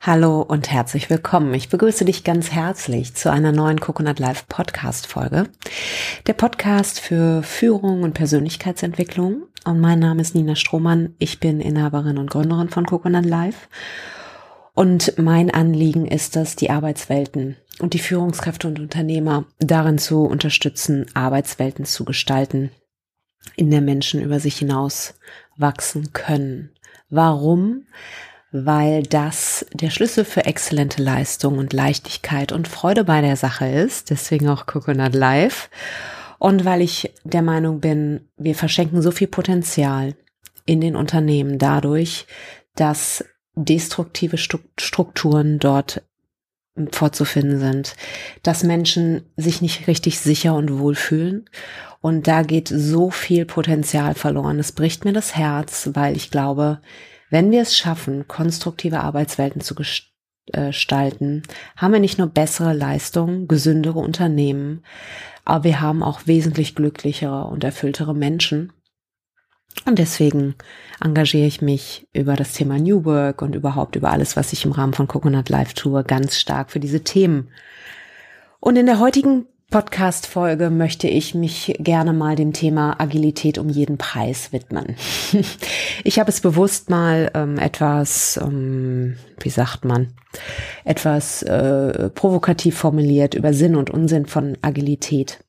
Hallo und herzlich willkommen. Ich begrüße dich ganz herzlich zu einer neuen Coconut Life Podcast Folge. Der Podcast für Führung und Persönlichkeitsentwicklung. Und mein Name ist Nina Strohmann. Ich bin Inhaberin und Gründerin von Coconut Life. Und mein Anliegen ist es, die Arbeitswelten und die Führungskräfte und Unternehmer darin zu unterstützen, Arbeitswelten zu gestalten, in der Menschen über sich hinaus wachsen können. Warum? Weil das der Schlüssel für exzellente Leistung und Leichtigkeit und Freude bei der Sache ist, deswegen auch Coconut Life. Und weil ich der Meinung bin, wir verschenken so viel Potenzial in den Unternehmen dadurch, dass destruktive Strukturen dort vorzufinden sind, dass Menschen sich nicht richtig sicher und wohl fühlen. Und da geht so viel Potenzial verloren. Es bricht mir das Herz, weil ich glaube, wenn wir es schaffen, konstruktive Arbeitswelten zu gestalten, haben wir nicht nur bessere Leistungen, gesündere Unternehmen, aber wir haben auch wesentlich glücklichere und erfülltere Menschen. Und deswegen engagiere ich mich über das Thema New Work und überhaupt über alles, was ich im Rahmen von Coconut Life tue, ganz stark für diese Themen. Und in der heutigen Podcast-Folge möchte ich mich gerne mal dem Thema Agilität um jeden Preis widmen. Ich habe es bewusst mal etwas provokativ formuliert über Sinn und Unsinn von Agilität.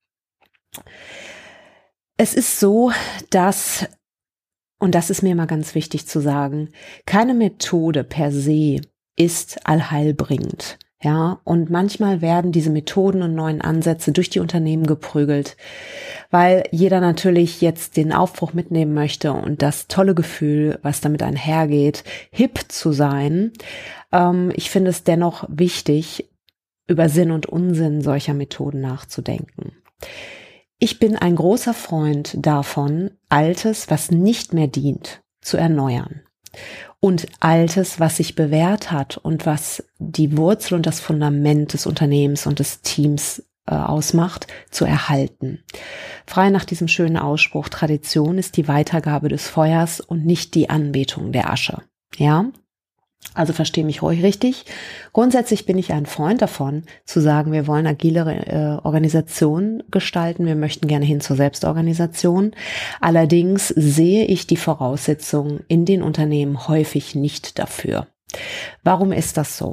Es ist so, dass, und das ist mir immer ganz wichtig zu sagen, keine Methode per se ist allheilbringend. Ja, und manchmal werden diese Methoden und neuen Ansätze durch die Unternehmen geprügelt, weil jeder natürlich jetzt den Aufbruch mitnehmen möchte und das tolle Gefühl, was damit einhergeht, hip zu sein. Ich finde es dennoch wichtig, über Sinn und Unsinn solcher Methoden nachzudenken. Ich bin ein großer Freund davon, Altes, was nicht mehr dient, zu erneuern. Und Altes, was sich bewährt hat und was die Wurzel und das Fundament des Unternehmens und des Teams ausmacht, zu erhalten. Frei nach diesem schönen Ausspruch, Tradition ist die Weitergabe des Feuers und nicht die Anbetung der Asche. Ja? Also verstehe mich ruhig richtig. Grundsätzlich bin ich ein Freund davon, zu sagen, wir wollen agilere Organisationen gestalten. Wir möchten gerne hin zur Selbstorganisation. Allerdings sehe ich die Voraussetzungen in den Unternehmen häufig nicht dafür. Warum ist das so?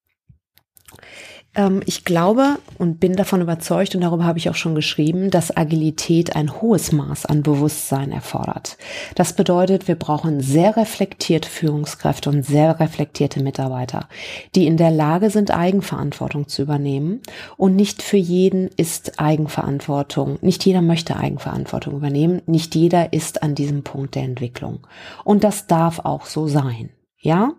Ich glaube und bin davon überzeugt, und darüber habe ich auch schon geschrieben, dass Agilität ein hohes Maß an Bewusstsein erfordert. Das bedeutet, wir brauchen sehr reflektierte Führungskräfte und sehr reflektierte Mitarbeiter, die in der Lage sind, Eigenverantwortung zu übernehmen. Und nicht für jeden ist Eigenverantwortung, nicht jeder möchte Eigenverantwortung übernehmen, nicht jeder ist an diesem Punkt der Entwicklung. Und das darf auch so sein. Ja?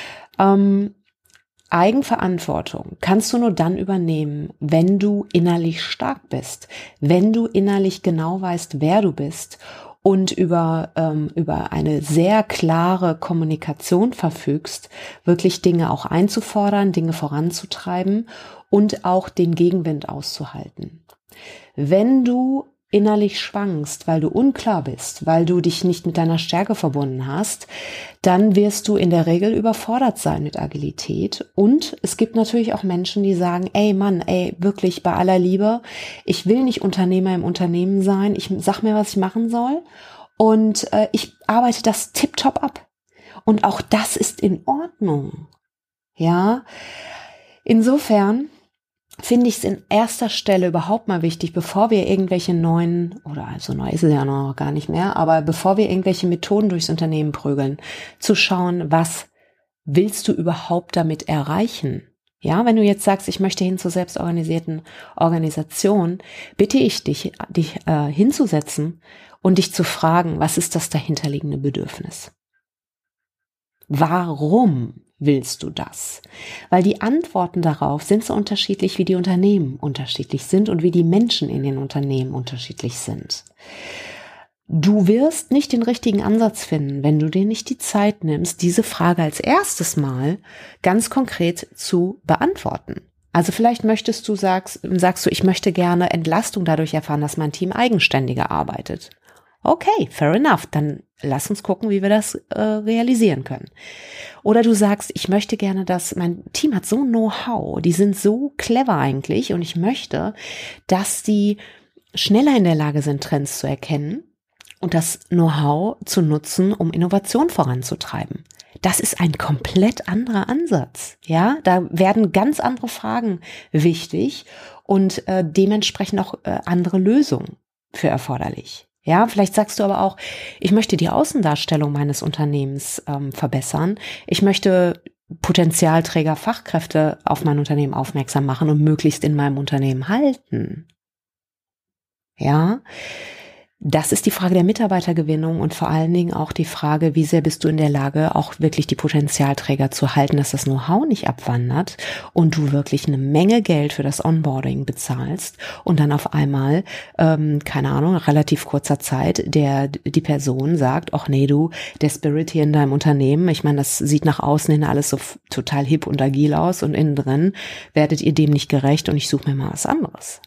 Eigenverantwortung kannst du nur dann übernehmen, wenn du innerlich stark bist, wenn du innerlich genau weißt, wer du bist und über eine sehr klare Kommunikation verfügst, wirklich Dinge auch einzufordern, Dinge voranzutreiben und auch den Gegenwind auszuhalten. Wenn du innerlich schwankst, weil du unklar bist, weil du dich nicht mit deiner Stärke verbunden hast, dann wirst du in der Regel überfordert sein mit Agilität. Und es gibt natürlich auch Menschen, die sagen, ey Mann, wirklich bei aller Liebe, ich will nicht Unternehmer im Unternehmen sein, sag mir, was ich machen soll und ich arbeite das tipptopp ab. Und auch das ist in Ordnung. Ja, insofern finde ich es in erster Stelle überhaupt mal wichtig, bevor wir irgendwelche neuen, oder also neu ist es ja noch gar nicht mehr, aber bevor wir irgendwelche Methoden durchs Unternehmen prügeln, zu schauen, was willst du überhaupt damit erreichen? Ja, wenn du jetzt sagst, ich möchte hin zur selbstorganisierten Organisation, bitte ich dich hinzusetzen und dich zu fragen, was ist das dahinterliegende Bedürfnis? Warum willst du das? Weil die Antworten darauf sind so unterschiedlich, wie die Unternehmen unterschiedlich sind und wie die Menschen in den Unternehmen unterschiedlich sind. Du wirst nicht den richtigen Ansatz finden, wenn du dir nicht die Zeit nimmst, diese Frage als erstes Mal ganz konkret zu beantworten. Also vielleicht sagst du, ich möchte gerne Entlastung dadurch erfahren, dass mein Team eigenständiger arbeitet. Okay, fair enough. Dann lass uns gucken, wie wir das realisieren können. Oder du sagst, ich möchte gerne, dass mein Team hat so Know-how, die sind so clever eigentlich und ich möchte, dass die schneller in der Lage sind, Trends zu erkennen und das Know-how zu nutzen, um Innovation voranzutreiben. Das ist ein komplett anderer Ansatz. Ja, da werden ganz andere Fragen wichtig und dementsprechend auch andere Lösungen für erforderlich. Ja, vielleicht sagst du aber auch, ich möchte die Außendarstellung meines Unternehmens verbessern. Ich möchte Potenzialträger, Fachkräfte auf mein Unternehmen aufmerksam machen und möglichst in meinem Unternehmen halten. Ja, das ist die Frage der Mitarbeitergewinnung und vor allen Dingen auch die Frage, wie sehr bist du in der Lage, auch wirklich die Potenzialträger zu halten, dass das Know-how nicht abwandert und du wirklich eine Menge Geld für das Onboarding bezahlst und dann auf einmal, keine Ahnung, nach relativ kurzer Zeit die Person sagt, ach nee, du, der Spirit hier in deinem Unternehmen, ich meine, das sieht nach außen hin alles so total hip und agil aus und innen drin werdet ihr dem nicht gerecht und ich suche mir mal was anderes.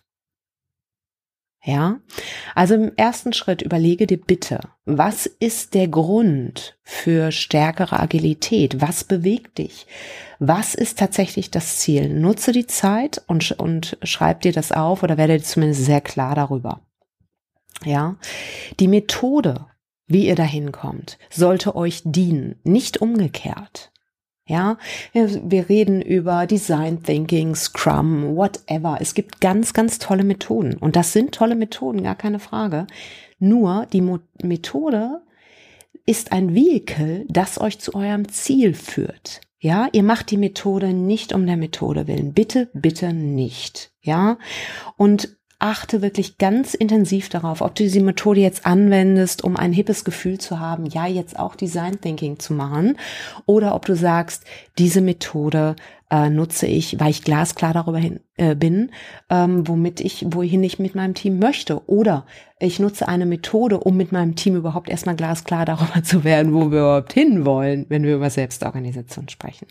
Ja, also im ersten Schritt überlege dir bitte, was ist der Grund für stärkere Agilität? Was bewegt dich? Was ist tatsächlich das Ziel? Nutze die Zeit und schreib dir das auf oder werde dir zumindest sehr klar darüber. Ja, die Methode, wie ihr dahin kommt, sollte euch dienen, nicht umgekehrt. Ja, wir reden über Design Thinking, Scrum, whatever. Es gibt ganz, ganz tolle Methoden. Und das sind tolle Methoden, gar keine Frage. Nur die Methode ist ein Vehikel, das euch zu eurem Ziel führt. Ja, ihr macht die Methode nicht um der Methode willen. Bitte, bitte nicht. Ja, und achte wirklich ganz intensiv darauf, ob du diese Methode jetzt anwendest, um ein hippes Gefühl zu haben, ja, jetzt auch Design Thinking zu machen, oder ob du sagst, diese Methode nutze ich, weil ich glasklar darüber bin, wohin ich mit meinem Team möchte, oder ich nutze eine Methode, um mit meinem Team überhaupt erstmal glasklar darüber zu werden, wo wir überhaupt hinwollen, wenn wir über Selbstorganisation sprechen.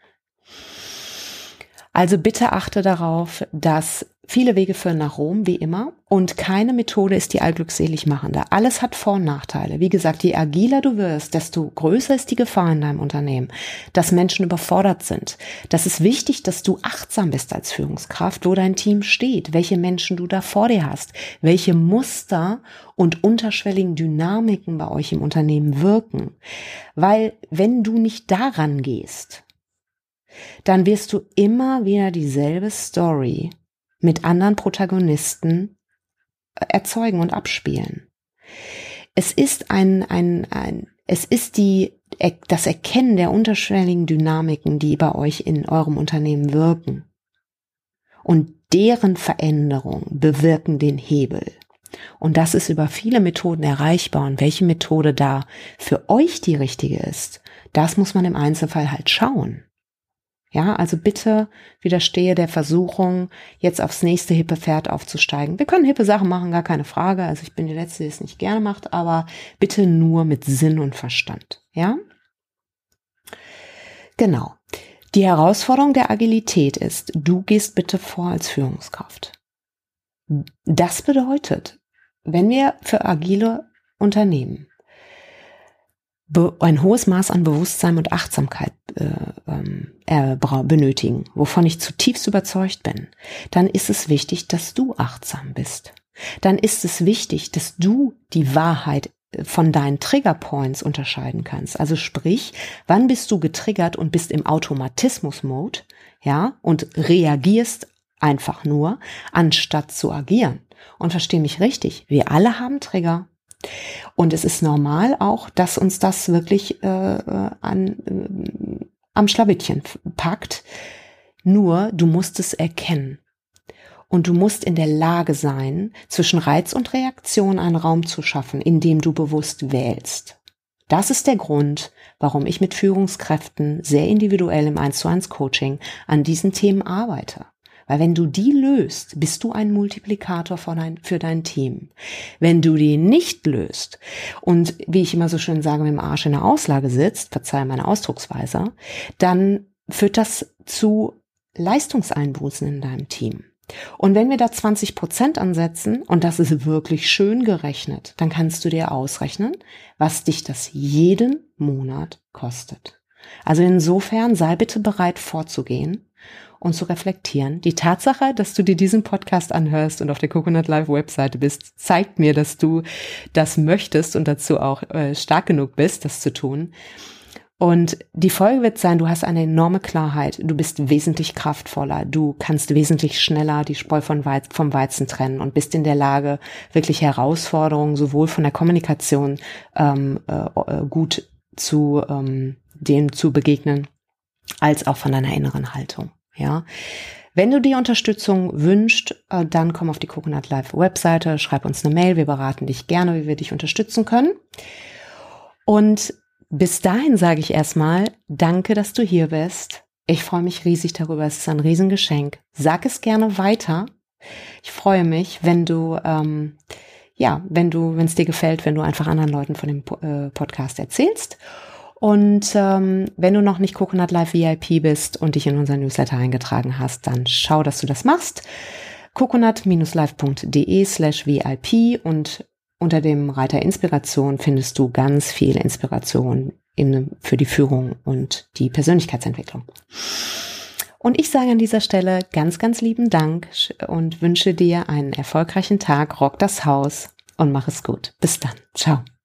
Also bitte achte darauf, dass viele Wege führen nach Rom, wie immer, und keine Methode ist die allglückselig machende. Alles hat Vor- und Nachteile. Wie gesagt, je agiler du wirst, desto größer ist die Gefahr in deinem Unternehmen, dass Menschen überfordert sind. Das ist wichtig, dass du achtsam bist als Führungskraft, wo dein Team steht, welche Menschen du da vor dir hast, welche Muster und unterschwelligen Dynamiken bei euch im Unternehmen wirken. Weil wenn du nicht daran gehst, dann wirst du immer wieder dieselbe Story mit anderen Protagonisten erzeugen und abspielen. Es ist das Erkennen der unterschwelligen Dynamiken, die bei euch in eurem Unternehmen wirken. Und deren Veränderung bewirken den Hebel. Und das ist über viele Methoden erreichbar. Und welche Methode da für euch die richtige ist, das muss man im Einzelfall halt schauen. Ja, also bitte widerstehe der Versuchung, jetzt aufs nächste hippe Pferd aufzusteigen. Wir können hippe Sachen machen, gar keine Frage. Also ich bin die Letzte, die es nicht gerne macht, aber bitte nur mit Sinn und Verstand. Ja? Genau. Die Herausforderung der Agilität ist, du gehst bitte vor als Führungskraft. Das bedeutet, wenn wir für agile Unternehmen ein hohes Maß an Bewusstsein und Achtsamkeit benötigen, wovon ich zutiefst überzeugt bin, dann ist es wichtig, dass du achtsam bist. Dann ist es wichtig, dass du die Wahrheit von deinen Triggerpoints unterscheiden kannst. Also sprich, wann bist du getriggert und bist im Automatismus-Mode, ja, und reagierst einfach nur, anstatt zu agieren. Und versteh mich richtig, wir alle haben Trigger. Und es ist normal auch, dass uns das wirklich am Schlawittchen packt. Nur du musst es erkennen. Und du musst in der Lage sein, zwischen Reiz und Reaktion einen Raum zu schaffen, in dem du bewusst wählst. Das ist der Grund, warum ich mit Führungskräften sehr individuell im 1:1 Coaching an diesen Themen arbeite. Weil wenn du die löst, bist du ein Multiplikator für dein Team. Wenn du die nicht löst und, wie ich immer so schön sage, mit dem Arsch in der Auslage sitzt, verzeih meine Ausdrucksweise, dann führt das zu Leistungseinbußen in deinem Team. Und wenn wir da 20% ansetzen, und das ist wirklich schön gerechnet, dann kannst du dir ausrechnen, was dich das jeden Monat kostet. Also insofern sei bitte bereit vorzugehen und zu reflektieren. Die Tatsache, dass du dir diesen Podcast anhörst und auf der Coconut Live Webseite bist, zeigt mir, dass du das möchtest und dazu auch stark genug bist, das zu tun. Und die Folge wird sein, du hast eine enorme Klarheit, du bist wesentlich kraftvoller, du kannst wesentlich schneller die Spreu vom Weizen trennen und bist in der Lage, wirklich Herausforderungen sowohl von der Kommunikation gut zu dem zu begegnen, als auch von deiner inneren Haltung. Ja. Wenn du dir Unterstützung wünschst, dann komm auf die Coconut Live Webseite, schreib uns eine Mail, wir beraten dich gerne, wie wir dich unterstützen können. Und bis dahin sage ich erstmal, danke, dass du hier bist. Ich freue mich riesig darüber. Es ist ein Riesengeschenk. Sag es gerne weiter. Ich freue mich, wenn du, wenn es dir gefällt, wenn du einfach anderen Leuten von dem Podcast erzählst. Und wenn du noch nicht Coconut Live VIP bist und dich in unseren Newsletter eingetragen hast, dann schau, dass du das machst. coconut-live.de/VIP und unter dem Reiter Inspiration findest du ganz viel Inspiration für die Führung und die Persönlichkeitsentwicklung. Und ich sage an dieser Stelle ganz, ganz lieben Dank und wünsche dir einen erfolgreichen Tag, rock das Haus und mach es gut. Bis dann. Ciao.